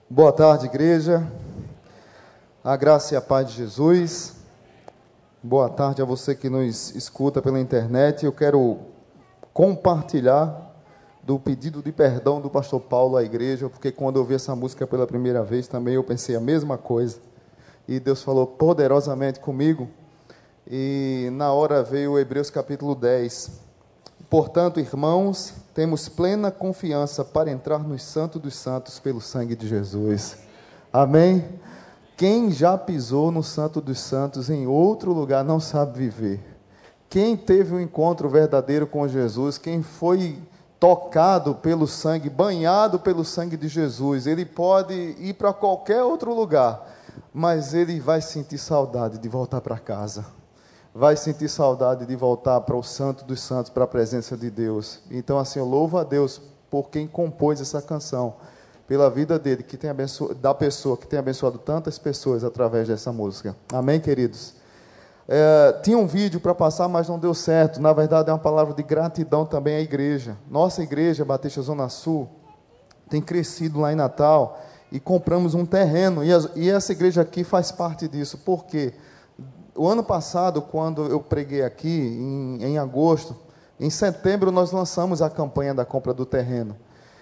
Boa tarde, igreja. A graça e a paz de Jesus. Boa tarde a você que nos escuta pela internet. Eu quero compartilhar do pedido de perdão do pastor Paulo à igreja, porque quando eu ouvi essa música pela primeira vez também eu pensei a mesma coisa. E Deus falou poderosamente comigo. E na hora veio o Hebreus capítulo 10. Portanto, irmãos, temos plena confiança para entrar no Santo dos Santos pelo sangue de Jesus. Amém? Quem já pisou no Santo dos Santos em outro lugar não sabe viver. Quem teve um encontro verdadeiro com Jesus, quem foi tocado pelo sangue, banhado pelo sangue de Jesus, ele pode ir para qualquer outro lugar, mas ele vai sentir saudade de voltar para casa. Vai sentir saudade de voltar para o Santo dos Santos, para a presença de Deus. Então, assim, eu louvo a Deus por quem compôs essa canção, pela vida dele, que tem da pessoa que tem abençoado tantas pessoas através dessa música. Amém, queridos? Tinha um vídeo para passar, mas não deu certo. Na verdade, é uma palavra de gratidão também à igreja. Nossa igreja, Batista Zona Sul, tem crescido lá em Natal e compramos um terreno. E essa igreja aqui faz parte disso. Por quê? O ano passado, quando eu preguei aqui, em agosto, em setembro nós lançamos a campanha da compra do terreno.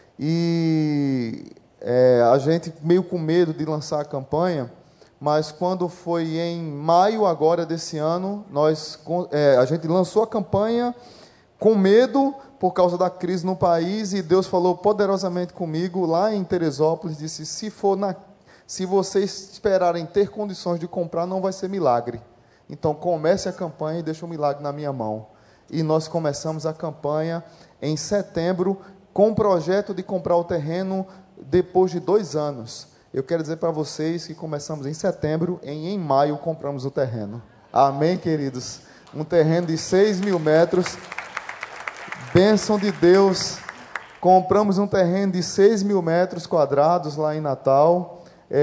E a gente meio com medo de lançar a campanha, mas quando foi em maio agora desse ano, a gente lançou a campanha com medo por causa da crise no país, e Deus falou poderosamente comigo lá em Teresópolis, disse, se vocês esperarem ter condições de comprar, não vai ser milagre. Então, comece a campanha e deixe o milagre na minha mão. E nós começamos a campanha em setembro, com o projeto de comprar o terreno depois de 2 anos. Eu quero dizer para vocês que começamos em setembro e em maio compramos o terreno. Amém, queridos? Um terreno de 6.000 metros. Bênção de Deus. Compramos um terreno de 6.000 metros quadrados lá em Natal.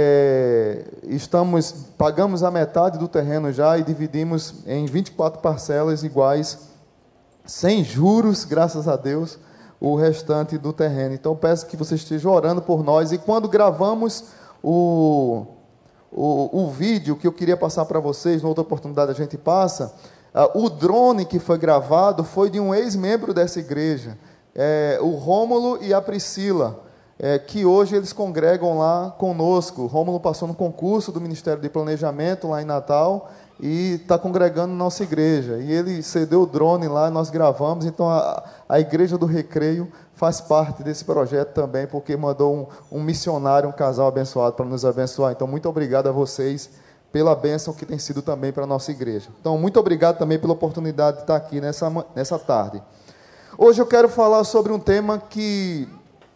Pagamos a metade do terreno já e dividimos em 24 parcelas iguais, sem juros, graças a Deus, o restante do terreno. Então peço que você esteja orando por nós. E quando gravamos o vídeo que eu queria passar para vocês, noutra oportunidade a gente passa, o drone que foi gravado foi de um ex-membro dessa igreja, o Rômulo e a Priscila, que hoje eles congregam lá conosco. O Rômulo passou no concurso do Ministério de Planejamento lá em Natal e está congregando na nossa igreja. E ele cedeu o drone lá, nós gravamos. Então a Igreja do Recreio faz parte desse projeto também, porque mandou um missionário, um casal abençoado para nos abençoar. Então, muito obrigado a vocês pela bênção que tem sido também para a nossa igreja. Então, muito obrigado também pela oportunidade de estar aqui nessa tarde. Hoje eu quero falar sobre um tema que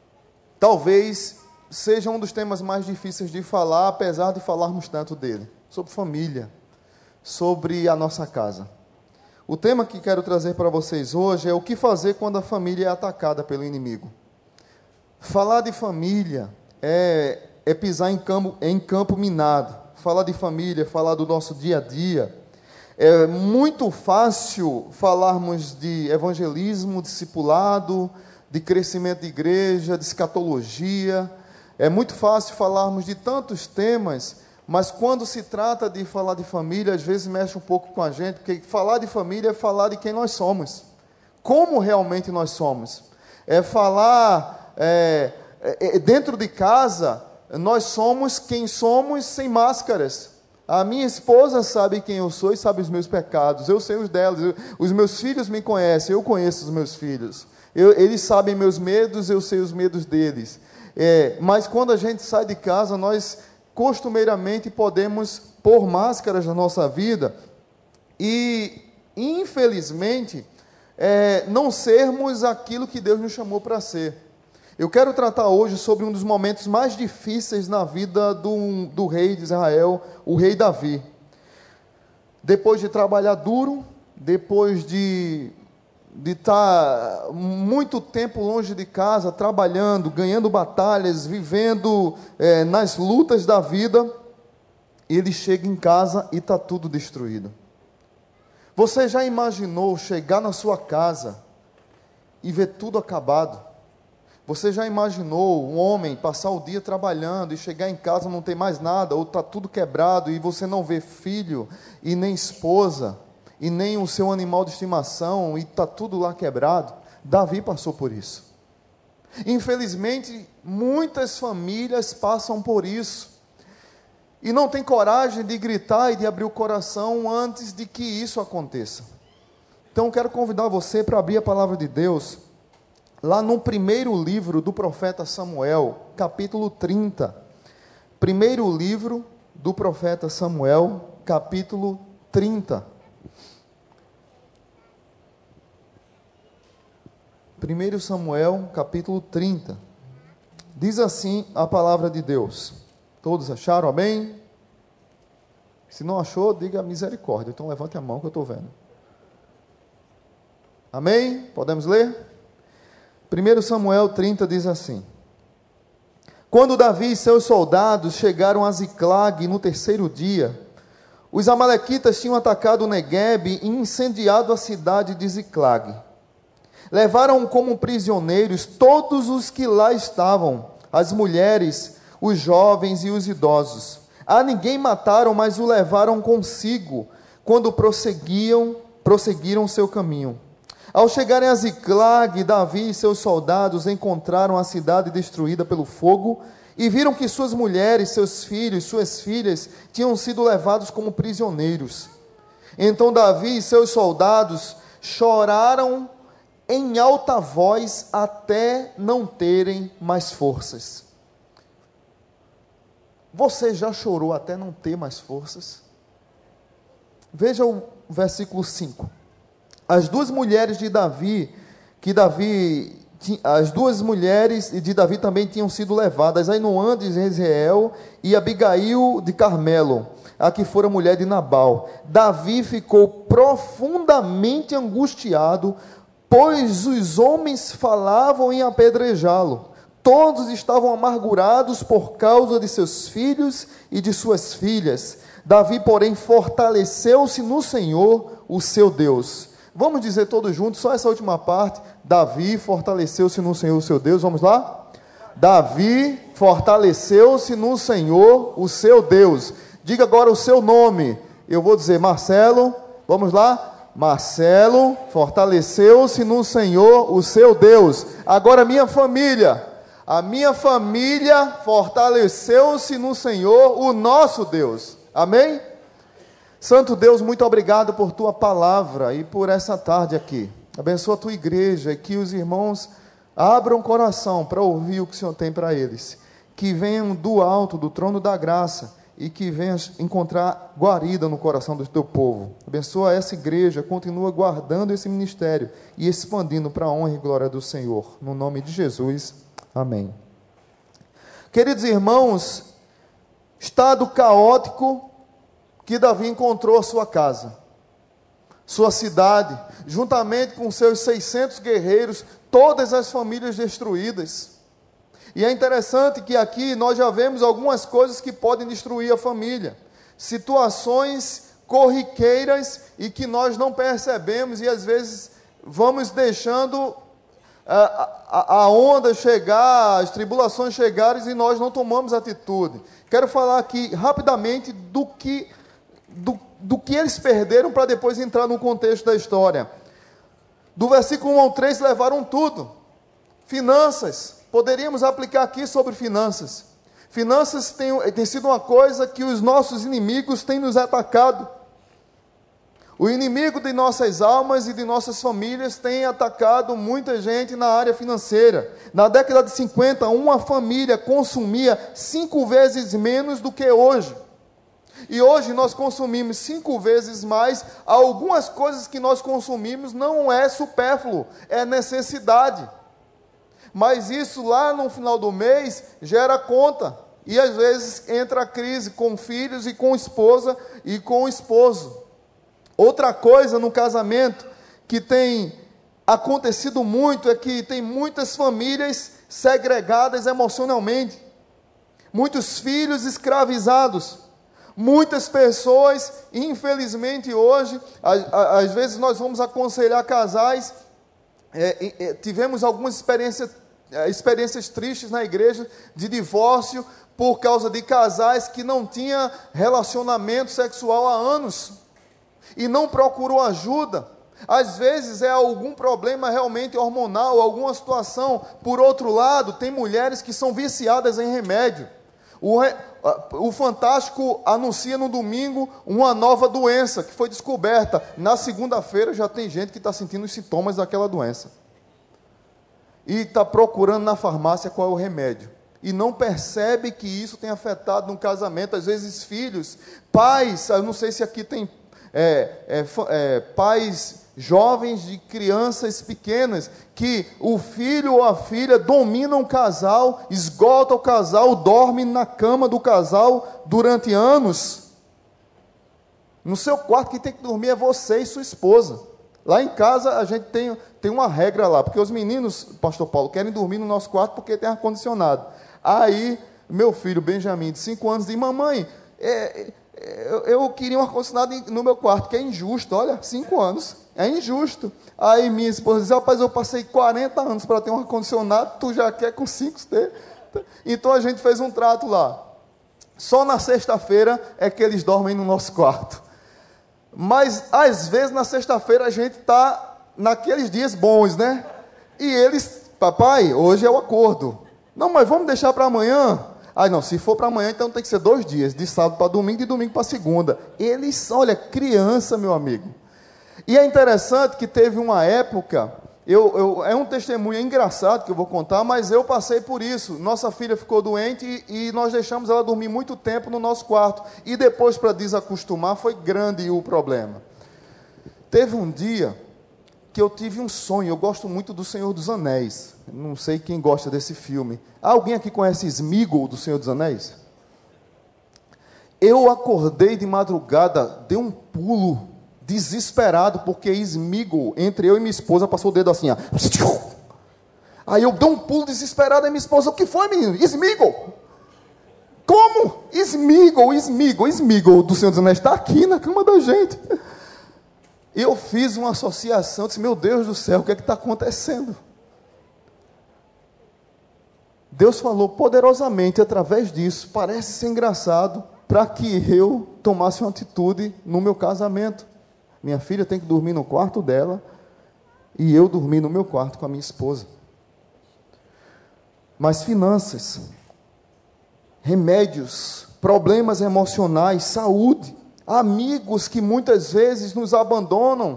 talvez seja um dos temas mais difíceis de falar, apesar de falarmos tanto dele. Sobre família, sobre a nossa casa. O tema que quero trazer para vocês hoje é o que fazer quando a família é atacada pelo inimigo. Falar de família é pisar em campo minado. Falar de família, falar do nosso dia a dia. É muito fácil falarmos de evangelismo, discipulado, de crescimento de igreja, de escatologia. É muito fácil falarmos de tantos temas, mas quando se trata de falar de família, às vezes mexe um pouco com a gente, porque falar de família é falar de quem nós somos, como realmente nós somos. É falar, dentro de casa, nós somos quem somos sem máscaras. A minha esposa sabe quem eu sou e sabe os meus pecados, eu sei os delas, os meus filhos me conhecem, eu conheço os meus filhos. Eles sabem meus medos, eu sei os medos deles. Mas quando a gente sai de casa, nós costumeiramente podemos pôr máscaras na nossa vida e, infelizmente, não sermos aquilo que Deus nos chamou para ser. Eu quero tratar hoje sobre um dos momentos mais difíceis na vida do rei de Israel, o rei Davi. Depois de trabalhar duro, depois de estar muito tempo longe de casa, trabalhando, ganhando batalhas, vivendo nas lutas da vida, ele chega em casa e está tudo destruído. Você já imaginou chegar na sua casa e ver tudo acabado? Você já imaginou um homem passar o dia trabalhando e chegar em casa não ter mais nada, ou está tudo quebrado e você não vê filho e nem esposa e nem o seu animal de estimação e está tudo lá quebrado? Davi passou por isso. Infelizmente, muitas famílias passam por isso e não tem coragem de gritar e de abrir o coração antes de que isso aconteça. Então, quero convidar você para abrir a palavra de Deus lá no primeiro livro do profeta Samuel, capítulo 30. Primeiro livro do profeta Samuel, capítulo 30. 1 Samuel, capítulo 30. Diz assim a palavra de Deus. Todos acharam, amém? Se não achou, diga misericórdia. Então levante a mão que eu estou vendo. Amém? Podemos ler? 1 Samuel 30 diz assim: Quando Davi e seus soldados chegaram a Ziclag no terceiro dia, os amalequitas tinham atacado Neguebe e incendiado a cidade de Ziclag. Levaram como prisioneiros todos os que lá estavam, as mulheres, os jovens e os idosos. A ninguém mataram, mas o levaram consigo, quando prosseguiram seu caminho. Ao chegarem a Ziclag, Davi e seus soldados encontraram a cidade destruída pelo fogo e viram que suas mulheres, seus filhos, suas filhas tinham sido levados como prisioneiros. Então Davi e seus soldados choraram em alta voz até não terem mais forças. Você já chorou até não ter mais forças? Veja o versículo 5. As duas mulheres de Davi também tinham sido levadas, Ainoã de Jezreel e Abigail de Carmelo, a que fora mulher de Nabal. Davi ficou profundamente angustiado, pois os homens falavam em apedrejá-lo. Todos estavam amargurados por causa de seus filhos e de suas filhas. Davi, porém, fortaleceu-se no Senhor, o seu Deus. Vamos dizer todos juntos, só essa última parte. Davi fortaleceu-se no Senhor, o seu Deus. Vamos lá? Davi fortaleceu-se no Senhor, o seu Deus. Diga agora o seu nome. Eu vou dizer Marcelo. Vamos lá? Marcelo fortaleceu-se no Senhor, o seu Deus. Agora minha família. A minha família fortaleceu-se no Senhor, o nosso Deus. Amém? Santo Deus, muito obrigado por tua palavra e por essa tarde aqui. Abençoa a tua igreja e que os irmãos abram o coração para ouvir o que o Senhor tem para eles. Que venham do alto, do trono da graça, e que venham encontrar guarida no coração do teu povo. Abençoa essa igreja, continua guardando esse ministério e expandindo para a honra e glória do Senhor. No nome de Jesus, amém. Queridos irmãos, estado caótico que Davi encontrou a sua casa, sua cidade, juntamente com seus 600 guerreiros, todas as famílias destruídas. E é interessante que aqui nós já vemos algumas coisas que podem destruir a família, situações corriqueiras e que nós não percebemos e às vezes vamos deixando a onda chegar, as tribulações chegarem e nós não tomamos atitude. Quero falar aqui rapidamente do que eles perderam para depois entrar no contexto da história. Do versículo 1 ao 3 levaram tudo. Finanças. Poderíamos aplicar aqui sobre finanças. Finanças tem sido uma coisa que os nossos inimigos têm nos atacado. O inimigo de nossas almas e de nossas famílias tem atacado muita gente na área financeira. Na década de 50, uma família consumia 5 vezes menos do que hoje. E hoje nós consumimos 5 vezes mais. Algumas coisas que nós consumimos não é supérfluo, é necessidade. Mas isso lá no final do mês gera conta. E às vezes entra a crise com filhos e com esposa e com o esposo. Outra coisa no casamento que tem acontecido muito é que tem muitas famílias segregadas emocionalmente. Muitos filhos escravizados. Muitas pessoas, infelizmente hoje, às vezes nós vamos aconselhar casais, tivemos algumas experiências experiências tristes na igreja de divórcio por causa de casais que não tinham relacionamento sexual há anos e não procurou ajuda. Às vezes é algum problema realmente hormonal, alguma situação. Por outro lado, tem mulheres que são viciadas em remédio. O Fantástico anuncia no domingo uma nova doença que foi descoberta. Na segunda-feira já tem gente que está sentindo os sintomas daquela doença. E está procurando na farmácia qual é o remédio. E não percebe que isso tem afetado no casamento. Às vezes filhos, pais, eu não sei se aqui tem pais jovens de crianças pequenas, que o filho ou a filha domina o casal, esgota o casal, dorme na cama do casal durante anos. No seu quarto, quem tem que dormir é você e sua esposa. Lá em casa, a gente tem uma regra lá, porque os meninos, pastor Paulo, querem dormir no nosso quarto porque tem ar-condicionado. Aí, meu filho, Benjamin, de 5 anos, diz: mamãe, eu queria um ar-condicionado no meu quarto, que é injusto. Olha, 5 anos, é injusto. Aí minha esposa diz: rapaz, eu passei 40 anos para ter um ar-condicionado, tu já quer com 5 ter? Então a gente fez um trato lá. Só na sexta-feira é que eles dormem no nosso quarto. Mas às vezes na sexta-feira a gente está naqueles dias bons, né? E eles: papai, hoje é o acordo. Não, mas vamos deixar para amanhã. Ah, não, se for para amanhã, então tem que ser 2 dias, de sábado para domingo e de domingo para segunda. Eles são, olha, criança, meu amigo. E é interessante que teve uma época, é um testemunho engraçado que eu vou contar, mas eu passei por isso. Nossa filha ficou doente e nós deixamos ela dormir muito tempo no nosso quarto. E depois, para desacostumar, foi grande o problema. Teve um dia que eu tive um sonho. Eu gosto muito do Senhor dos Anéis. Não sei quem gosta desse filme. Alguém aqui conhece Sméagol do Senhor dos Anéis? Eu acordei de madrugada, dei um pulo desesperado, porque Sméagol, entre eu e minha esposa, passou o dedo assim, ó. Aí eu dei um pulo desesperado, e minha esposa: o que foi, menino? Sméagol! Como? Sméagol do Senhor dos Anéis está aqui na cama da gente. Eu fiz uma associação, disse: meu Deus do céu, o que é que está acontecendo? Deus falou poderosamente através disso. Parece ser engraçado, para que eu tomasse uma atitude no meu casamento. Minha filha tem que dormir no quarto dela e eu dormir no meu quarto com a minha esposa. Mas finanças, remédios, problemas emocionais, saúde, amigos que muitas vezes nos abandonam.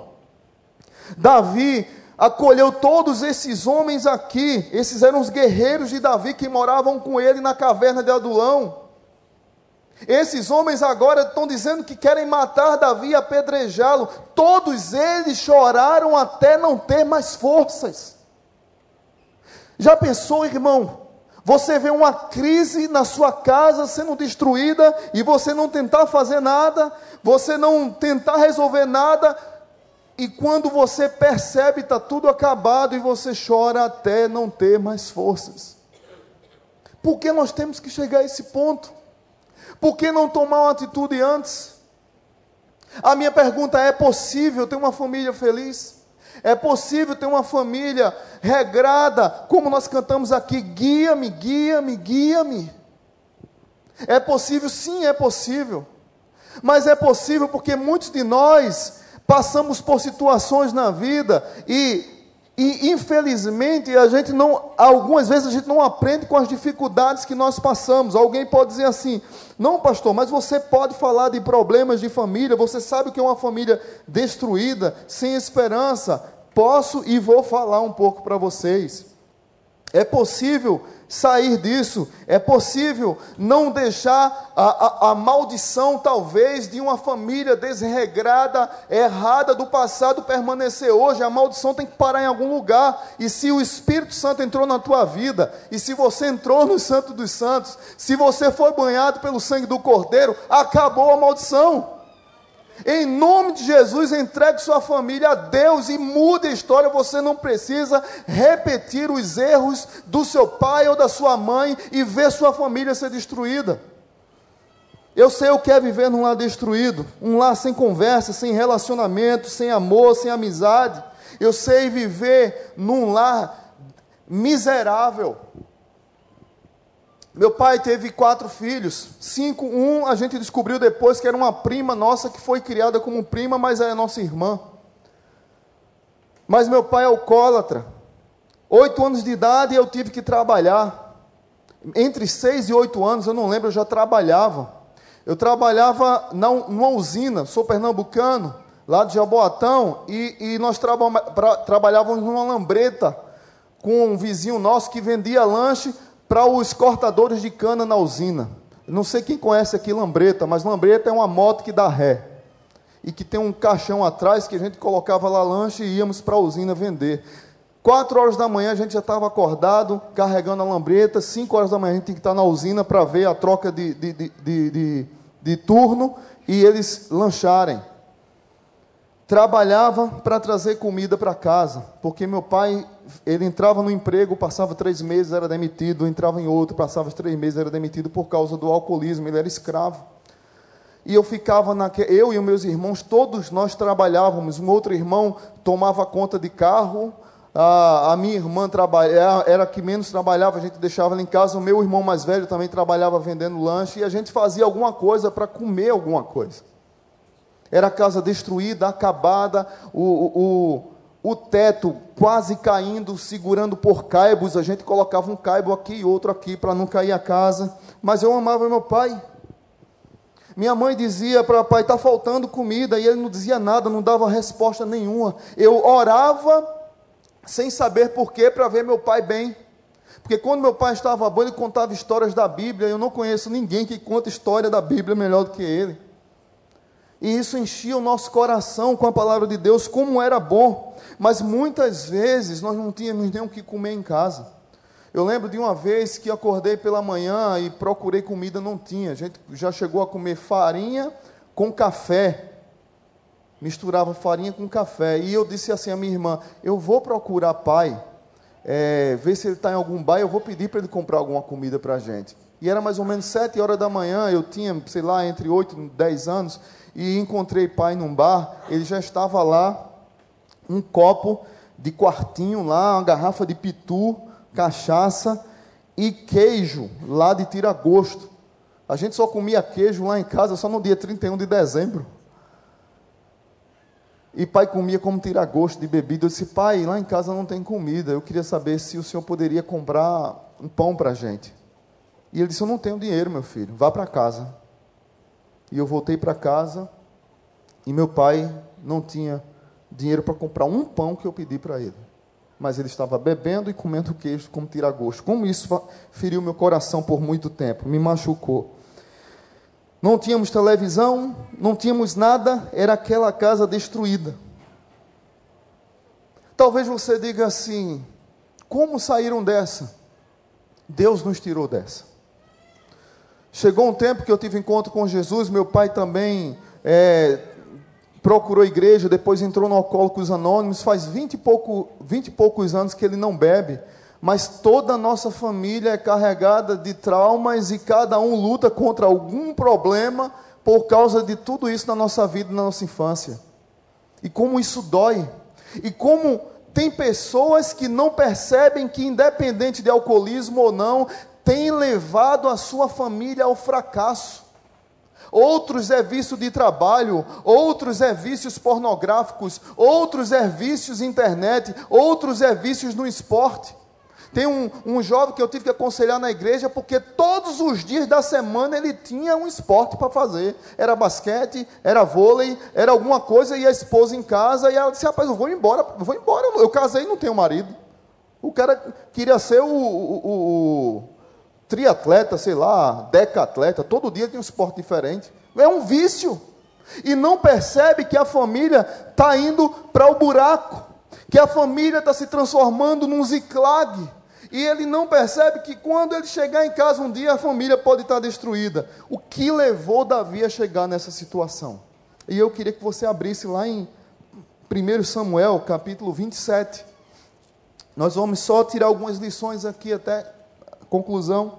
Davi acolheu todos esses homens aqui. Esses eram os guerreiros de Davi que moravam com ele na caverna de Adulão. Esses homens agora estão dizendo que querem matar Davi e apedrejá-lo. Todos eles choraram até não ter mais forças. Já pensou, irmão? Você vê uma crise na sua casa sendo destruída e você não tentar fazer nada, você não tentar resolver nada, e quando você percebe está tudo acabado e você chora até não ter mais forças. Por que nós temos que chegar a esse ponto? Por que não tomar uma atitude antes? A minha pergunta é: possível ter uma família feliz? É possível ter uma família regrada, como nós cantamos aqui: guia-me, guia-me, guia-me? É possível? Sim, é possível. Mas é possível porque muitos de nós passamos por situações na vida e infelizmente algumas vezes a gente não aprende com as dificuldades que nós passamos. Alguém pode dizer assim: não, pastor, mas você pode falar de problemas de família, você sabe o que é uma família destruída, sem esperança. Posso e vou falar um pouco para vocês. É possível sair disso, é possível não deixar a maldição, talvez, de uma família desregrada, errada do passado permanecer hoje. A maldição tem que parar em algum lugar. E se o Espírito Santo entrou na tua vida, e se você entrou no Santo dos Santos, se você foi banhado pelo sangue do Cordeiro, acabou a maldição. Em nome de Jesus, entregue sua família a Deus e mude a história. Você não precisa repetir os erros do seu pai ou da sua mãe e ver sua família ser destruída. Eu sei o que é viver num lar destruído, um lar sem conversa, sem relacionamento, sem amor, sem amizade. Eu sei viver num lar miserável. Meu pai teve 4 filhos, 5, um a gente descobriu depois que era uma prima nossa que foi criada como prima, mas é nossa irmã. Mas meu pai é alcoólatra. 8 anos de idade eu tive que trabalhar. Entre 6 e 8 anos, eu não lembro, eu já trabalhava. Eu trabalhava numa usina, sou pernambucano, lá de Jaboatão, e nós trabalhávamos numa lambreta com um vizinho nosso que vendia lanche para os cortadores de cana na usina. Não sei quem conhece aqui lambreta, mas lambreta é uma moto que dá ré. E que tem um caixão atrás que a gente colocava lá lanche e íamos para a usina vender. 4 horas da manhã a gente já estava acordado, carregando a lambreta. 5 horas da manhã a gente tinha que estar na usina para ver a troca de turno e eles lancharem. Trabalhava para trazer comida para casa, porque meu pai, ele entrava no emprego, passava 3 meses, era demitido, entrava em outro, passava 3 meses, era demitido por causa do alcoolismo, ele era escravo. E eu ficava eu e os meus irmãos, todos nós trabalhávamos. Um outro irmão tomava conta de carro, a minha irmã era a que menos trabalhava, a gente deixava ela em casa. O meu irmão mais velho também trabalhava vendendo lanche, e a gente fazia alguma coisa para comer alguma coisa. Era a casa destruída, acabada, o teto quase caindo, segurando por caibos. A gente colocava um caibo aqui e outro aqui para não cair a casa. Mas eu amava meu pai. Minha mãe dizia para o pai, está faltando comida, e ele não dizia nada, não dava resposta nenhuma. Eu orava sem saber porquê, para ver meu pai bem. Porque quando meu pai estava bom, ele contava histórias da Bíblia. Eu não conheço ninguém que conta história da Bíblia melhor do que ele. E isso enchia o nosso coração com a palavra de Deus, como era bom. Mas muitas vezes nós não tínhamos nem o que comer em casa. Eu lembro de uma vez que acordei pela manhã e procurei comida, não tinha. A gente já chegou a comer farinha com café. Misturava farinha com café. E eu disse assim à minha irmã, eu vou procurar pai, ver se ele está em algum bar, eu vou pedir para ele comprar alguma comida para a gente. E era mais ou menos 7 horas da manhã, eu tinha, sei lá, entre 8 e 10 anos, e encontrei pai num bar. Ele já estava lá, um copo de quartinho lá, uma garrafa de pitu, cachaça e queijo lá de tira-gosto. A gente só comia queijo lá em casa só no dia 31 de dezembro. E pai comia como tira-gosto de bebida. Eu disse, pai, lá em casa não tem comida, eu queria saber se o senhor poderia comprar um pão para a gente. E ele disse, eu não tenho dinheiro, meu filho, vá para casa. E eu voltei para casa, e meu pai não tinha dinheiro para comprar um pão que eu pedi para ele. Mas ele estava bebendo e comendo queijo como tira-gosto. Como isso feriu meu coração por muito tempo, me machucou. Não tínhamos televisão, não tínhamos nada, era aquela casa destruída. Talvez você diga assim, como saíram dessa? Deus nos tirou dessa. Chegou um tempo que eu tive encontro com Jesus, meu pai também procurou a igreja, depois entrou no Alcoólicos Anônimos, faz 20 e poucos anos que ele não bebe, mas toda a nossa família é carregada de traumas e cada um luta contra algum problema por causa de tudo isso na nossa vida, na nossa infância. E como isso dói, e como tem pessoas que não percebem que, independente de alcoolismo ou não, tem levado a sua família ao fracasso. Outros é vício de trabalho, outros é vícios pornográficos, outros é vícios internet, outros é vícios no esporte. Tem um jovem que eu tive que aconselhar na igreja, porque todos os dias da semana ele tinha um esporte para fazer. Era basquete, era vôlei, era alguma coisa, e a esposa em casa, e ela disse, rapaz, eu vou embora, eu casei e não tenho marido. O cara queria ser o triatleta, sei lá, decatleta, todo dia tem um esporte diferente. É um vício. E não percebe que a família está indo para o buraco, que a família está se transformando num Ziklag. E ele não percebe que quando ele chegar em casa um dia, a família pode estar destruída. O que levou Davi a chegar nessa situação? E eu queria que você abrisse lá em 1 Samuel, capítulo 27. Nós vamos só tirar algumas lições aqui até a conclusão.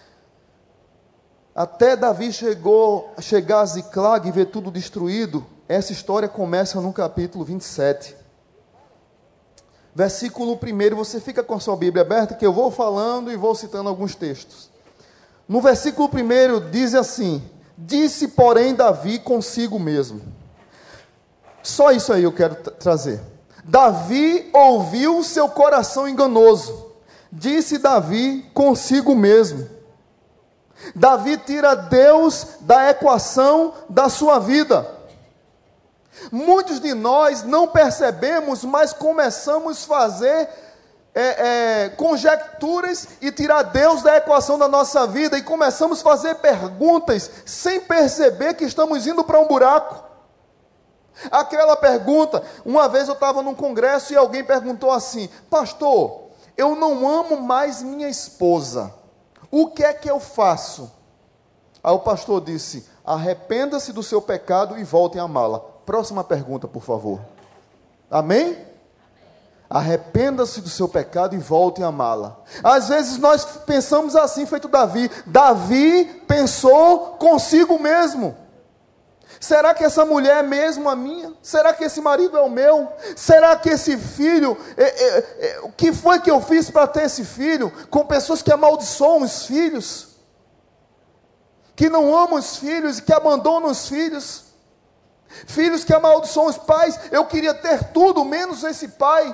Até Davi chegar a Ziklag e ver tudo destruído, essa história começa no capítulo 27. Versículo 1, você fica com a sua Bíblia aberta, que eu vou falando e vou citando alguns textos. No versículo 1 diz assim: disse, porém, Davi consigo mesmo. Só isso aí eu quero trazer. Davi ouviu seu coração enganoso. Disse Davi consigo mesmo. Davi tira Deus da equação da sua vida. Muitos de nós não percebemos, mas começamos a fazer conjecturas e tirar Deus da equação da nossa vida, e começamos a fazer perguntas sem perceber que estamos indo para um buraco. Aquela pergunta, uma vez eu estava num congresso e alguém perguntou assim: pastor, eu não amo mais minha esposa, o que é que eu faço? Aí o pastor disse: arrependa-se do seu pecado e volte a amá-la. Próxima pergunta, por favor. Amém? Arrependa-se do seu pecado e volte a amá-la. Às vezes nós pensamos assim, feito Davi. Davi pensou consigo mesmo: será que essa mulher é mesmo a minha? Será que esse marido é o meu? Será que esse filho, o que foi que eu fiz para ter esse filho? Com pessoas que amaldiçoam os filhos, que não amam os filhos e que abandonam os filhos, filhos que amaldiçoam os pais. Eu queria ter tudo menos esse pai,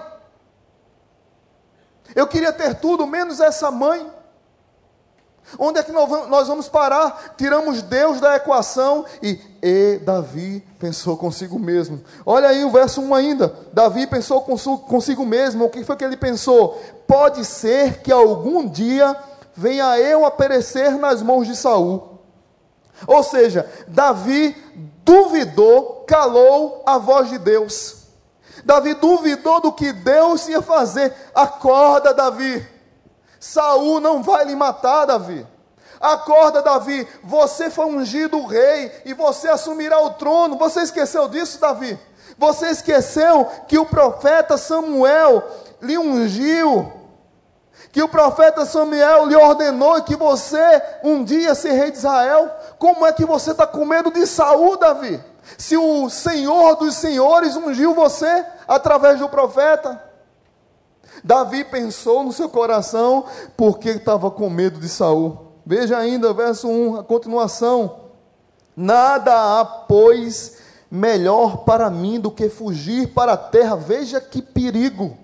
eu queria ter tudo menos essa mãe. Onde é que nós vamos parar? Tiramos Deus da equação e Davi pensou consigo mesmo. Olha aí o verso 1 ainda. Davi pensou consigo mesmo. O que foi que ele pensou? Pode ser que algum dia venha eu a perecer nas mãos de Saul. Ou seja, Davi duvidou, calou a voz de Deus. Davi duvidou do que Deus ia fazer. Acorda, Davi. Saul não vai lhe matar, Davi. Acorda, Davi. Você foi ungido rei e você assumirá o trono. Você esqueceu disso, Davi? Você esqueceu que o profeta Samuel lhe ungiu, que o profeta Samuel lhe ordenou que você um dia ser rei de Israel? Como é que você está com medo de Saul, Davi? Se o Senhor dos senhores ungiu você através do profeta. Davi pensou no seu coração porque estava com medo de Saul. Veja ainda, verso 1, a continuação. Nada há, pois, melhor para mim do que fugir para a terra. Veja que perigo.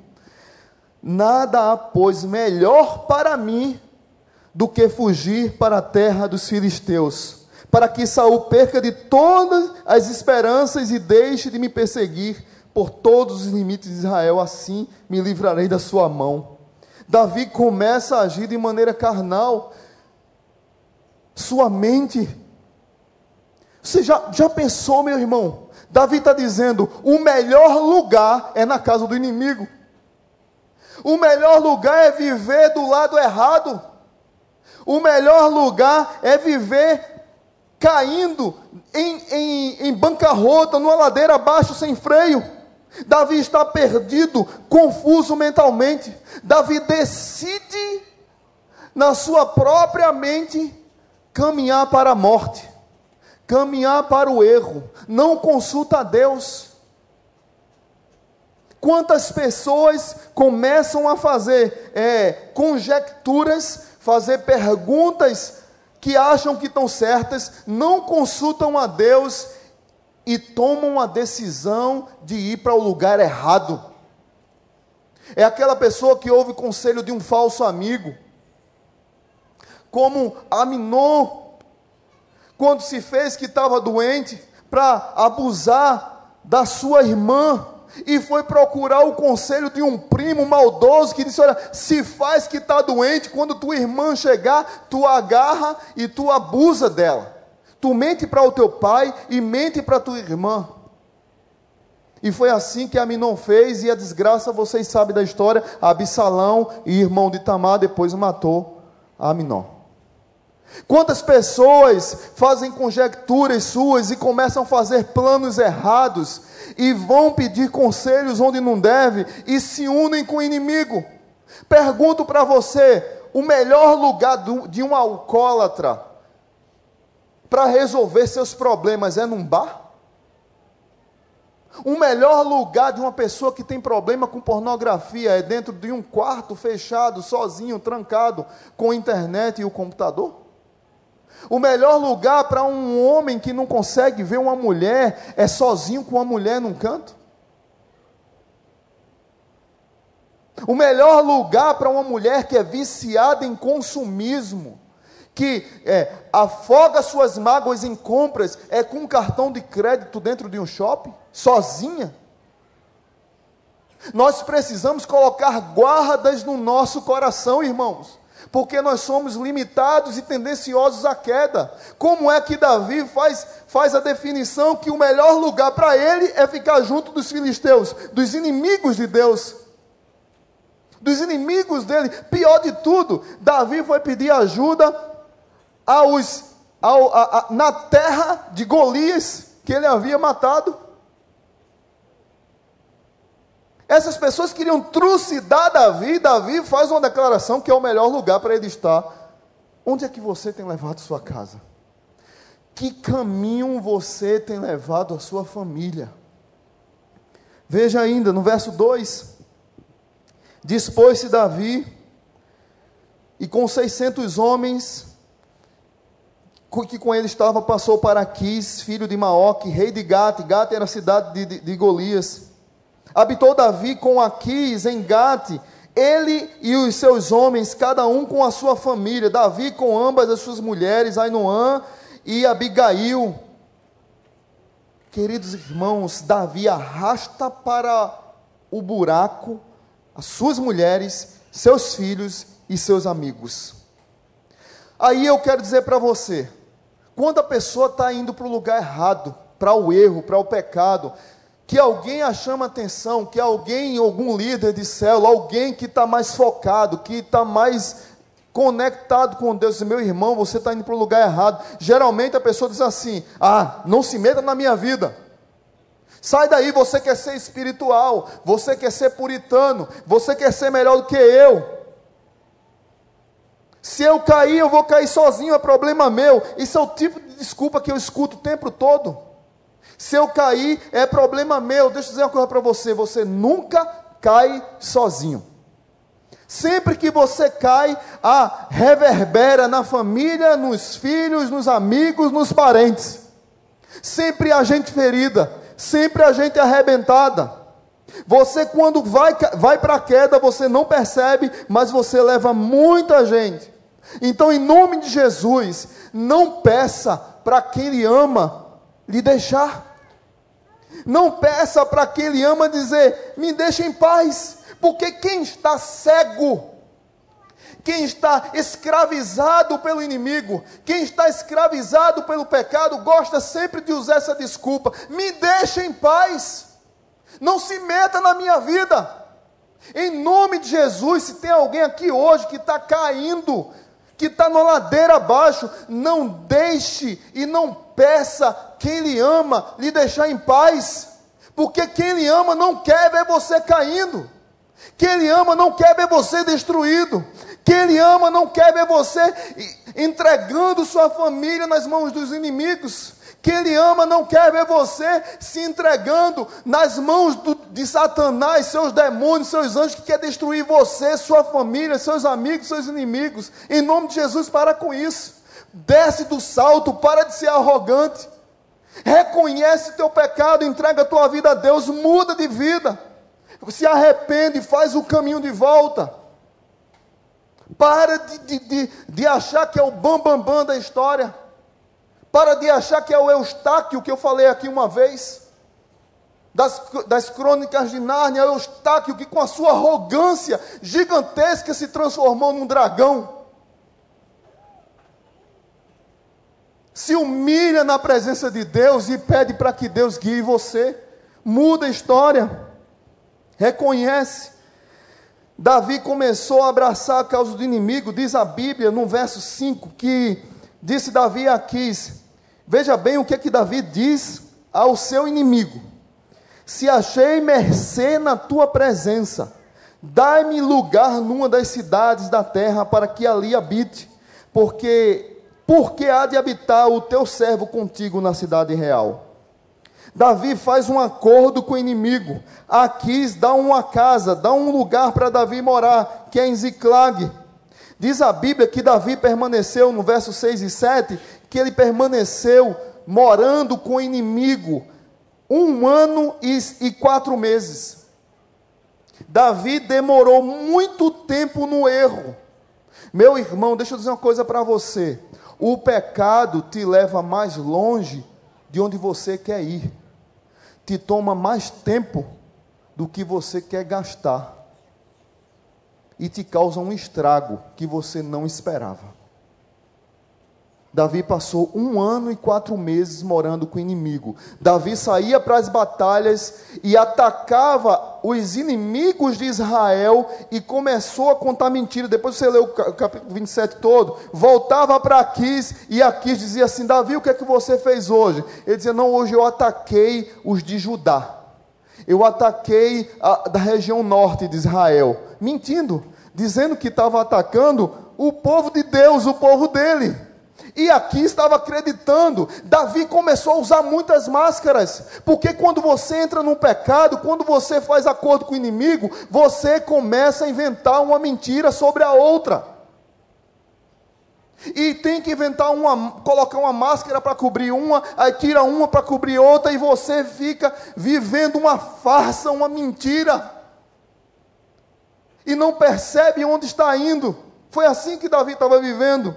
Nada há, pois, melhor para mim do que fugir para a terra dos filisteus, para que Saul perca de todas as esperanças e deixe de me perseguir por todos os limites de Israel. Assim me livrarei da sua mão. Davi começa a agir de maneira carnal. Sua mente. Você já pensou, meu irmão? Davi está dizendo: o melhor lugar é na casa do inimigo. O melhor lugar é viver do lado errado. O melhor lugar é viver caindo em bancarrota, numa ladeira abaixo sem freio. Davi está perdido, confuso mentalmente. Davi decide, na sua própria mente, caminhar para a morte, caminhar para o erro. Não consulta a Deus. Quantas pessoas começam a fazer conjecturas, fazer perguntas que acham que estão certas, não consultam a Deus e tomam a decisão de ir para o lugar errado. É aquela pessoa que ouve o conselho de um falso amigo, como Aminon, quando se fez que estava doente, para abusar da sua irmã, e foi procurar o conselho de um primo maldoso, que disse: olha, se faz que está doente, quando tua irmã chegar, tu agarra e tu abusa dela. Tu mente para o teu pai e mente para a tua irmã. E foi assim que Aminon fez, e a desgraça, vocês sabem da história. Absalão, irmão de Tamar, depois matou Aminon. Quantas pessoas fazem conjecturas suas e começam a fazer planos errados, e vão pedir conselhos onde não deve, e se unem com o inimigo. Pergunto para você: o melhor lugar de um alcoólatra para resolver seus problemas é num bar? O melhor lugar de uma pessoa que tem problema com pornografia é dentro de um quarto fechado, sozinho, trancado, com a internet e o computador? O melhor lugar para um homem que não consegue ver uma mulher é sozinho com uma mulher num canto? O melhor lugar para uma mulher que é viciada em consumismo, que afoga suas mágoas em compras, é com um cartão de crédito dentro de um shopping, sozinha? Nós precisamos colocar guardas no nosso coração, irmãos, porque nós somos limitados e tendenciosos à queda. Como é que Davi faz a definição que o melhor lugar para ele é ficar junto dos filisteus, dos inimigos de Deus, dos inimigos dele? Pior de tudo, Davi foi pedir ajuda na terra de Golias, que ele havia matado. Essas pessoas queriam trucidar Davi. Davi faz uma declaração que é o melhor lugar para ele estar. Onde é que você tem levado sua casa? Que caminho você tem levado a sua família? Veja ainda no verso 2: dispôs-se Davi, e com 600 homens que com ele estava, passou para Aquis, filho de Maoque, rei de Gate. Gate era a cidade de Golias. Habitou Davi com Aquis em Gate, ele e os seus homens, cada um com a sua família. Davi com ambas as suas mulheres, Ainoã e Abigail. Queridos irmãos, Davi arrasta para o buraco as suas mulheres, seus filhos e seus amigos. Aí eu quero dizer para você, quando a pessoa está indo para o lugar errado, para o erro, para o pecado, que alguém a chama atenção, que alguém, algum líder de célula, alguém que está mais focado, que está mais conectado com Deus, meu irmão, você está indo para o lugar errado. Geralmente a pessoa diz assim: não se meta na minha vida. Sai daí, você quer ser espiritual, você quer ser puritano, você quer ser melhor do que eu. Se eu cair, eu vou cair sozinho, é problema meu. Isso é o tipo de desculpa que eu escuto o tempo todo. Se eu cair, é problema meu. Deixa eu dizer uma coisa para você: você nunca cai sozinho. Sempre que você cai, reverbera na família, nos filhos, nos amigos, nos parentes. Sempre há gente ferida, sempre há gente arrebentada. Você, quando vai para a queda, você não percebe, mas você leva muita gente. Então, em nome de Jesus, não peça para quem lhe ama lhe deixar. Não peça para quem lhe ama dizer: me deixa em paz. Porque quem está cego, quem está escravizado pelo inimigo, quem está escravizado pelo pecado, gosta sempre de usar essa desculpa: me deixa em paz, não se meta na minha vida. Em nome de Jesus, se tem alguém aqui hoje que está caindo, que está na ladeira abaixo, não deixe e não peça quem lhe ama lhe deixar em paz, porque quem lhe ama não quer ver você caindo, quem lhe ama não quer ver você destruído, quem lhe ama não quer ver você entregando sua família nas mãos dos inimigos. Quem lhe ama não quer ver você se entregando nas mãos de Satanás, seus demônios, seus anjos, que quer destruir você, sua família, seus amigos, seus inimigos. Em nome de Jesus, para com isso. Desce do salto, para de ser arrogante. Reconhece teu pecado, entrega a tua vida a Deus, muda de vida. Se arrepende, faz o caminho de volta. Para de achar que é o bambambam da história. Para de achar que é o Eustáquio, que eu falei aqui uma vez, das crônicas de Nárnia, o Eustáquio que com a sua arrogância gigantesca se transformou num dragão. Se humilha na presença de Deus e pede para que Deus guie você. Muda a história. Reconhece. Davi começou a abraçar a causa do inimigo. Diz a Bíblia no verso 5 que disse Davi a Aquis. Veja bem o que Davi diz ao seu inimigo: se achei mercê na tua presença, dai-me lugar numa das cidades da terra para que ali habite, porque há de habitar o teu servo contigo na cidade real. Davi faz um acordo com o inimigo. Aquis dá uma casa, dá um lugar para Davi morar, que é em Ziclag. Diz a Bíblia que Davi permaneceu, no verso 6 e 7, que ele permaneceu morando com o inimigo 1 ano e 4 meses. Davi demorou muito tempo no erro. Meu irmão, deixa eu dizer uma coisa para você. O pecado te leva mais longe de onde você quer ir. Te toma mais tempo do que você quer gastar. E te causa um estrago que você não esperava. Davi passou 1 ano e 4 meses morando com o inimigo. Davi saía para as batalhas e atacava os inimigos de Israel e começou a contar mentiras. Depois você lê o capítulo 27 todo, voltava para Aquis e Aquis dizia assim: Davi, o que é que você fez hoje? Ele dizia: não, hoje eu ataquei os de Judá. Eu ataquei da região norte de Israel. Mentindo, dizendo que estava atacando o povo de Deus, o povo dele. E aqui estava acreditando. Davi começou a usar muitas máscaras, porque quando você entra num pecado, quando você faz acordo com o inimigo, você começa a inventar uma mentira sobre a outra, e tem que inventar colocar uma máscara para cobrir uma, aí tira uma para cobrir outra, e você fica vivendo uma farsa, uma mentira, e não percebe onde está indo. Foi assim que Davi estava vivendo.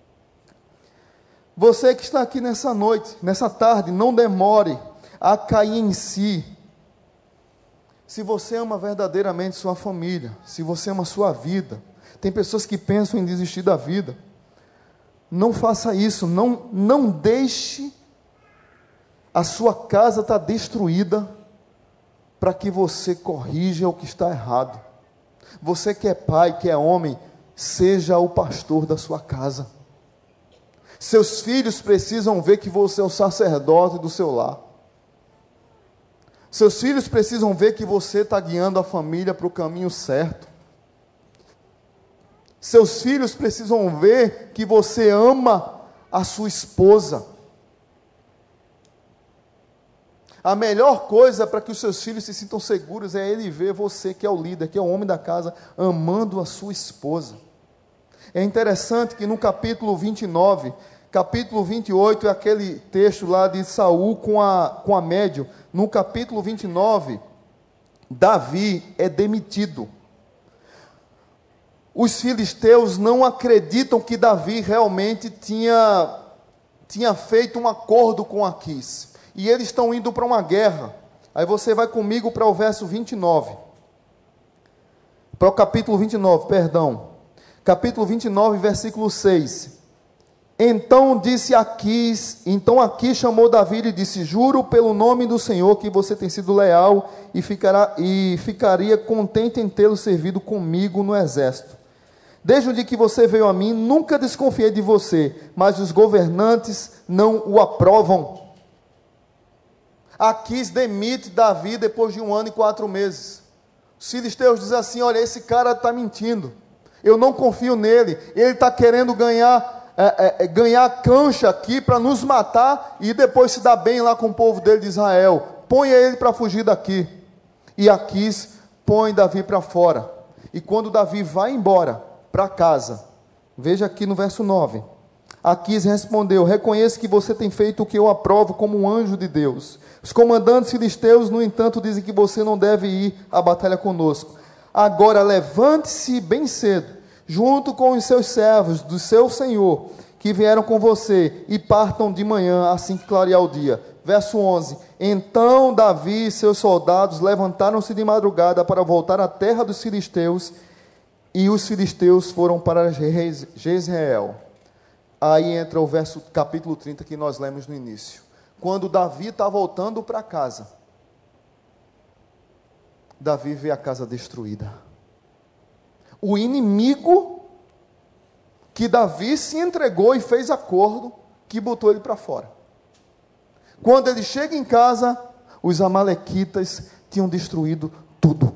Você que está aqui nessa noite, nessa tarde, não demore a cair em si. Se você ama verdadeiramente sua família, se você ama sua vida, tem pessoas que pensam em desistir da vida. Não faça isso, não deixe a sua casa estar destruída para que você corrija o que está errado. Você que é pai, que é homem, seja o pastor da sua casa. Seus filhos precisam ver que você é o sacerdote do seu lar. Seus filhos precisam ver que você está guiando a família para o caminho certo. Seus filhos precisam ver que você ama a sua esposa. A melhor coisa para que os seus filhos se sintam seguros é ele ver você, que é o líder, que é o homem da casa, amando a sua esposa. É interessante que no capítulo 29, capítulo 28 é aquele texto lá de Saul com a Médio. No capítulo 29, Davi é demitido. Os filisteus não acreditam que Davi realmente tinha feito um acordo com Aquis. E eles estão indo para uma guerra. Aí você vai comigo para o verso 29. Para o capítulo 29, perdão. Capítulo 29, versículo 6. Então Aquis chamou Davi e disse: juro pelo nome do Senhor que você tem sido leal e ficaria contente em tê-lo servido comigo no exército. Desde o dia que você veio a mim, nunca desconfiei de você, mas os governantes não o aprovam. Aquis demite Davi depois de 1 ano e 4 meses. Os filisteus dizem assim: olha, esse cara está mentindo, eu não confio nele, ele está querendo ganhar cancha aqui para nos matar e depois se dar bem lá com o povo dele de Israel. Põe ele para fugir daqui. E Aquis põe Davi para fora. E quando Davi vai embora para casa, veja aqui no verso 9, Aquis respondeu: reconheço que você tem feito o que eu aprovo como um anjo de Deus. Os comandantes filisteus, no entanto, dizem que você não deve ir à batalha conosco. Agora levante-se bem cedo, junto com os seus servos do seu senhor, que vieram com você, e partam de manhã, assim que clarear o dia. Verso 11. Então Davi e seus soldados levantaram-se de madrugada para voltar à terra dos filisteus, e os filisteus foram para Jezreel. Aí entra o capítulo 30 que nós lemos no início. Quando Davi está voltando para casa, Davi vê a casa destruída. O inimigo que Davi se entregou e fez acordo, que botou ele para fora. Quando ele chega em casa, os amalequitas tinham destruído tudo.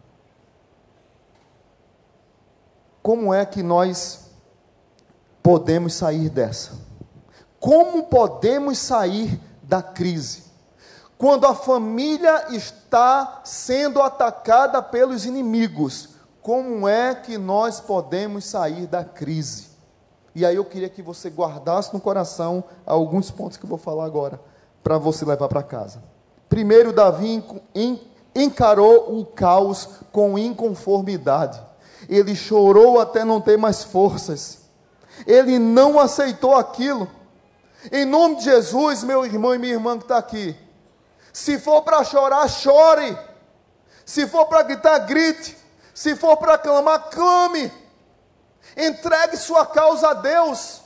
Como é que nós podemos sair dessa? Como podemos sair da crise? quando a família está sendo atacada pelos inimigos, como é que nós podemos sair da crise? E aí eu queria que você guardasse no coração alguns pontos que eu vou falar agora, para você levar para casa. Primeiro, Davi encarou o caos com inconformidade. Ele chorou até não ter mais forças. Ele não aceitou aquilo. Em nome de Jesus, meu irmão e minha irmã que está aqui, se for para chorar, chore. Se for para gritar, grite. Se for para clamar, clame. Entregue sua causa a Deus.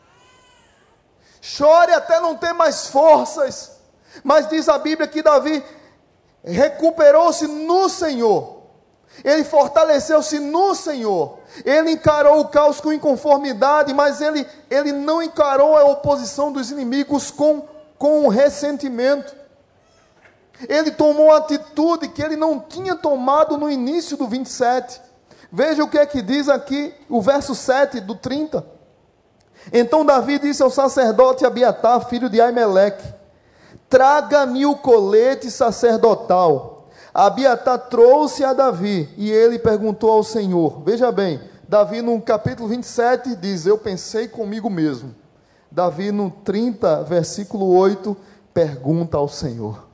Chore até não ter mais forças. Mas diz a Bíblia que Davi recuperou-se no Senhor. Ele fortaleceu-se no Senhor. Ele encarou o caos com inconformidade, mas ele não encarou a oposição dos inimigos com ressentimento. Ele tomou uma atitude que ele não tinha tomado no início do 27. Veja o que é que diz aqui, o verso 7 do 30. Então Davi disse ao sacerdote Abiatar, filho de Aimeleque: traga-me o colete sacerdotal. Abiatar trouxe a Davi, e ele perguntou ao Senhor. Veja bem, Davi no capítulo 27 diz: eu pensei comigo mesmo. Davi no 30, versículo 8, pergunta ao Senhor: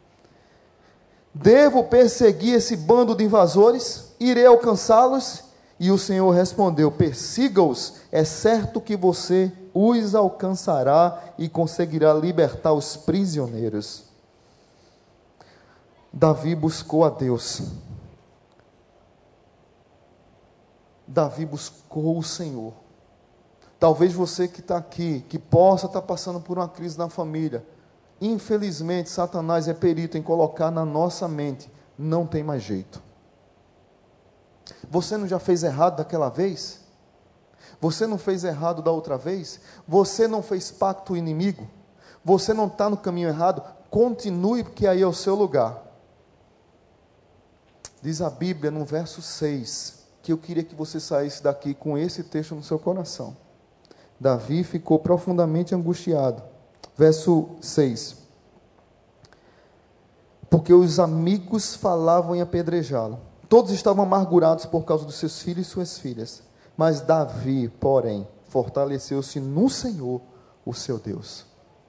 devo perseguir esse bando de invasores? Irei alcançá-los? E o Senhor respondeu: persiga-os, é certo que você os alcançará e conseguirá libertar os prisioneiros. Davi buscou a Deus. Davi buscou o Senhor. Talvez você que está aqui, que possa estar passando por uma crise na família, infelizmente Satanás é perito em colocar na nossa mente: não tem mais jeito. Você não já fez errado daquela vez? Você não fez errado da outra vez? Você não fez pacto inimigo? Você não está no caminho errado? Continue, porque aí é o seu lugar. Diz a Bíblia no verso 6, que eu queria que você saísse daqui com esse texto no seu coração. Davi ficou profundamente angustiado. Verso 6. Porque os amigos falavam em apedrejá-lo. Todos estavam amargurados por causa dos seus filhos e suas filhas. Mas Davi, porém, fortaleceu-se no Senhor, o seu Deus.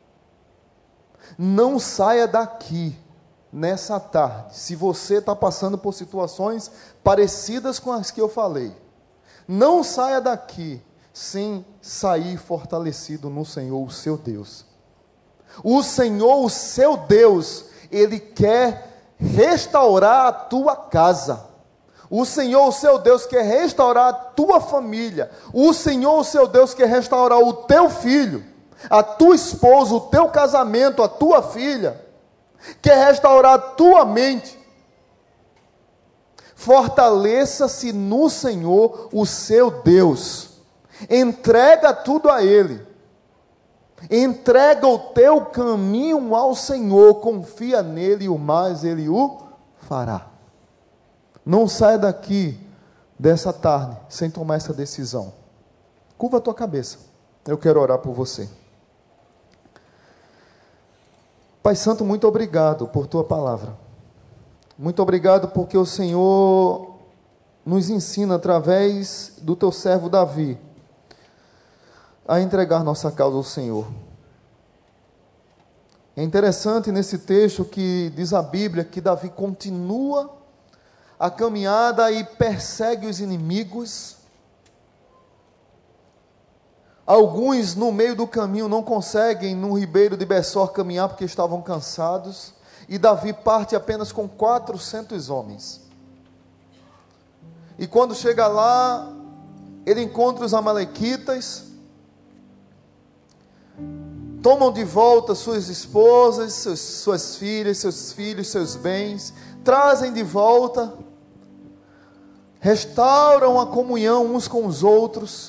Não saia daqui, nessa tarde, se você está passando por situações parecidas com as que eu falei. Não saia daqui sem sair fortalecido no Senhor, o seu Deus. O Senhor, o seu Deus, Ele quer restaurar a tua casa. O Senhor, o seu Deus, quer restaurar a tua família. O Senhor, o seu Deus, quer restaurar o teu filho, a tua esposa, o teu casamento, a tua filha. Quer restaurar a tua mente. Fortaleça-se no Senhor, o seu Deus. Entrega tudo a Ele. Entrega o teu caminho ao Senhor. Confia nele e o mais Ele o fará. Não saia daqui dessa tarde sem tomar essa decisão. Curva a tua cabeça. Eu quero orar por você. Pai Santo, muito obrigado por tua palavra. Muito obrigado porque o Senhor nos ensina através do teu servo Davi a entregar nossa causa ao Senhor. É interessante nesse texto que diz a Bíblia que Davi continua a caminhada e persegue os inimigos. Alguns no meio do caminho não conseguem no ribeiro de Bessor caminhar porque estavam cansados, e Davi parte apenas com 400 homens. E quando chega lá, ele encontra os amalequitas, tomam de volta suas esposas, suas filhas, seus filhos, seus bens, trazem de volta, restauram a comunhão uns com os outros.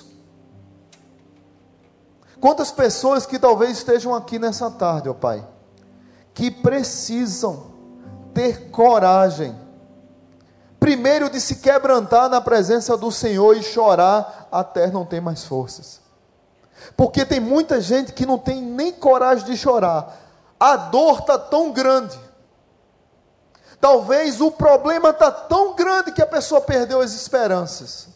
Quantas pessoas que talvez estejam aqui nessa tarde, ó Pai, que precisam ter coragem, primeiro de se quebrantar na presença do Senhor e chorar até não ter mais forças. Porque tem muita gente que não tem nem coragem de chorar, a dor está tão grande, talvez o problema está tão grande que a pessoa perdeu as esperanças.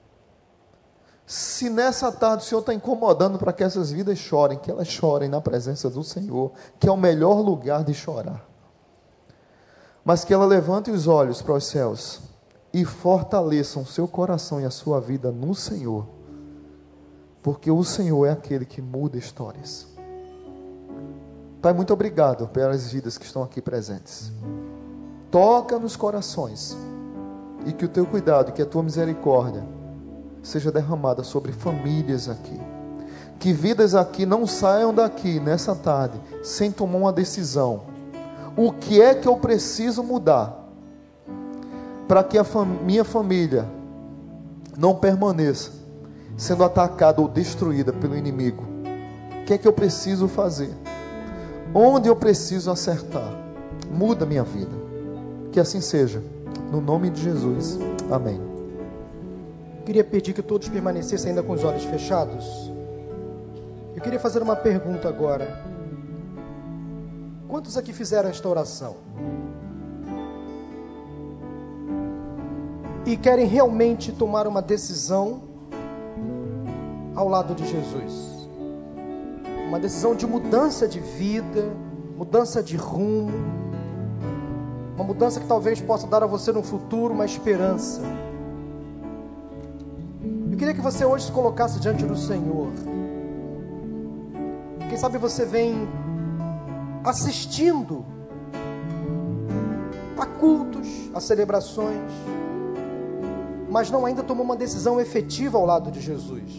Se nessa tarde o Senhor está incomodando para que essas vidas chorem, que elas chorem na presença do Senhor, que é o melhor lugar de chorar, mas que ela levante os olhos para os céus e fortaleçam seu coração e a sua vida no Senhor, porque o Senhor é aquele que muda histórias. Pai, muito obrigado pelas vidas que estão aqui presentes. Toca nos corações e que o teu cuidado, que a tua misericórdia seja derramada sobre famílias aqui. Que vidas aqui não saiam daqui nessa tarde sem tomar uma decisão. O que é que eu preciso mudar para que minha família não permaneça sendo atacada ou destruída pelo inimigo? O que é que eu preciso fazer? Onde eu preciso acertar? Muda minha vida. Que assim seja. No nome de Jesus. Amém. Queria pedir que todos permanecessem ainda com os olhos fechados. Eu queria fazer uma pergunta agora. Quantos aqui fizeram esta oração? E querem realmente tomar uma decisão ao lado de Jesus? Uma decisão de mudança de vida, mudança de rumo, uma mudança que talvez possa dar a você no futuro uma esperança. Eu queria que você hoje se colocasse diante do Senhor. Quem sabe você vem assistindo a cultos, a celebrações, mas não ainda tomou uma decisão efetiva ao lado de Jesus,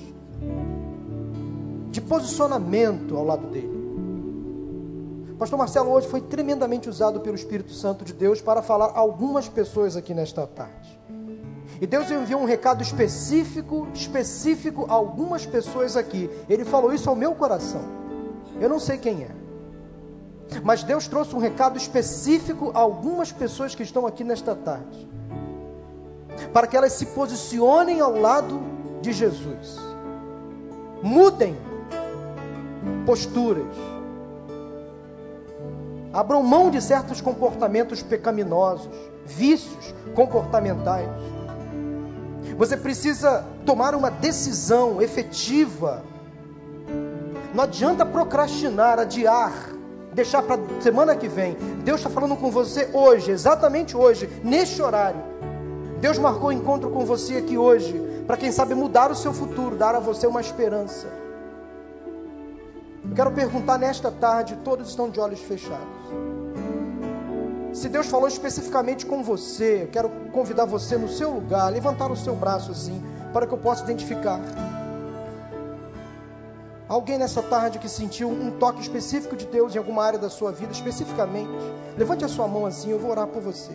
de posicionamento ao lado dele. Pastor Marcelo hoje foi tremendamente usado pelo Espírito Santo de Deus para falar a algumas pessoas aqui nesta tarde. E Deus enviou um recado específico a algumas pessoas aqui. Ele falou isso ao meu coração. Eu não sei quem é, mas Deus trouxe um recado específico a algumas pessoas que estão aqui nesta tarde, para que elas se posicionem ao lado de Jesus. Mudem posturas, abram mão de certos comportamentos pecaminosos, vícios comportamentais. Você precisa tomar uma decisão efetiva. Não adianta procrastinar, adiar, deixar para semana que vem. Deus está falando com você hoje, exatamente hoje, neste horário. Deus marcou um encontro com você aqui hoje, para quem sabe mudar o seu futuro, dar a você uma esperança. Eu quero perguntar nesta tarde, todos estão de olhos fechados. Se Deus falou especificamente com você, eu quero convidar você no seu lugar, levantar o seu braço assim, para que eu possa identificar. Alguém nessa tarde que sentiu um toque específico de Deus em alguma área da sua vida, especificamente, levante a sua mão assim, eu vou orar por você.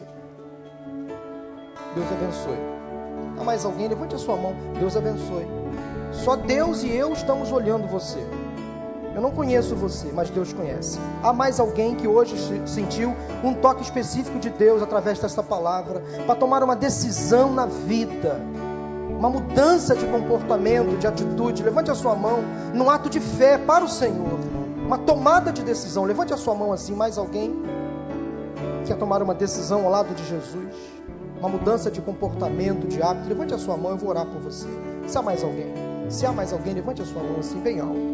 Deus abençoe. Há mais alguém? Levante a sua mão. Deus abençoe. Só Deus e eu estamos olhando você. Eu não conheço você, mas Deus conhece. Há mais alguém que hoje sentiu um toque específico de Deus através desta palavra, para tomar uma decisão na vida, uma mudança de comportamento, de atitude? Levante a sua mão num ato de fé para o Senhor, uma tomada de decisão. Levante a sua mão assim. Mais alguém quer tomar uma decisão ao lado de Jesus, uma mudança de comportamento, de hábito? Levante a sua mão, eu vou orar por você. Se há mais alguém, levante a sua mão assim, bem alto.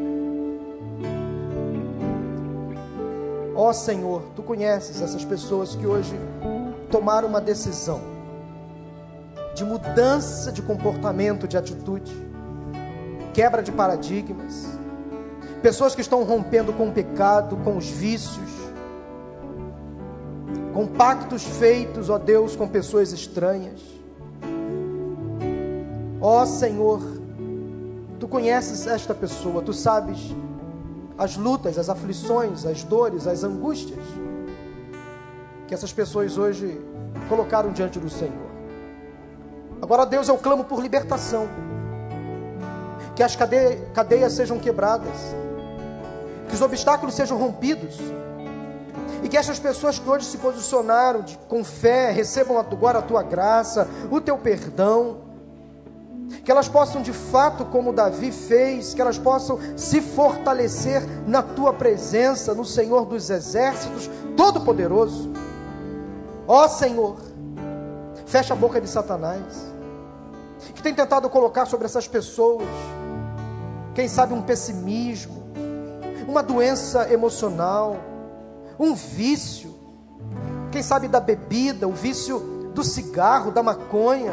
Ó Senhor, Tu conheces essas pessoas que hoje tomaram uma decisão de mudança de comportamento, de atitude, quebra de paradigmas, pessoas que estão rompendo com o pecado, com os vícios, com pactos feitos, ó Deus, com pessoas estranhas. Ó Senhor, Tu conheces esta pessoa, Tu sabes as lutas, as aflições, as dores, as angústias que essas pessoas hoje colocaram diante do Senhor. Agora, Deus, eu clamo por libertação, que as cadeias sejam quebradas, que os obstáculos sejam rompidos, e que essas pessoas que hoje se posicionaram com fé, recebam agora a Tua graça, o Teu perdão, que elas possam de fato, como Davi fez, que elas possam se fortalecer na tua presença, no Senhor dos Exércitos, Todo-Poderoso. Ó Senhor, fecha a boca de Satanás, que tem tentado colocar sobre essas pessoas, quem sabe um pessimismo, uma doença emocional, um vício, quem sabe da bebida, o vício do cigarro, da maconha,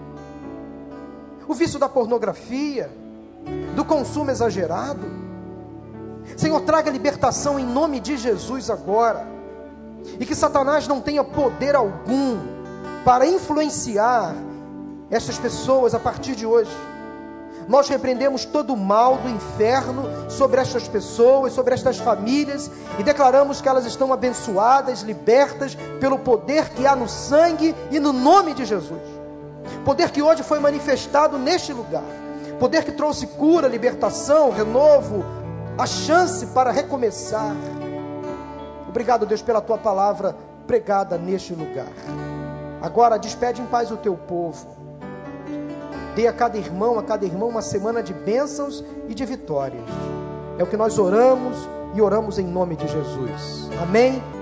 o vício da pornografia, do consumo exagerado. Senhor, traga libertação em nome de Jesus agora, e que Satanás não tenha poder algum para influenciar estas pessoas a partir de hoje. Nós repreendemos todo o mal do inferno sobre estas pessoas, sobre estas famílias, e declaramos que elas estão abençoadas, libertas pelo poder que há no sangue e no nome de Jesus. Poder que hoje foi manifestado neste lugar, poder que trouxe cura, libertação, renovo, a chance para recomeçar. Obrigado, Deus, pela tua palavra pregada neste lugar. Agora despede em paz o teu povo. Dê a cada irmão, uma semana de bênçãos e de vitórias. É o que nós oramos, e oramos em nome de Jesus. Amém.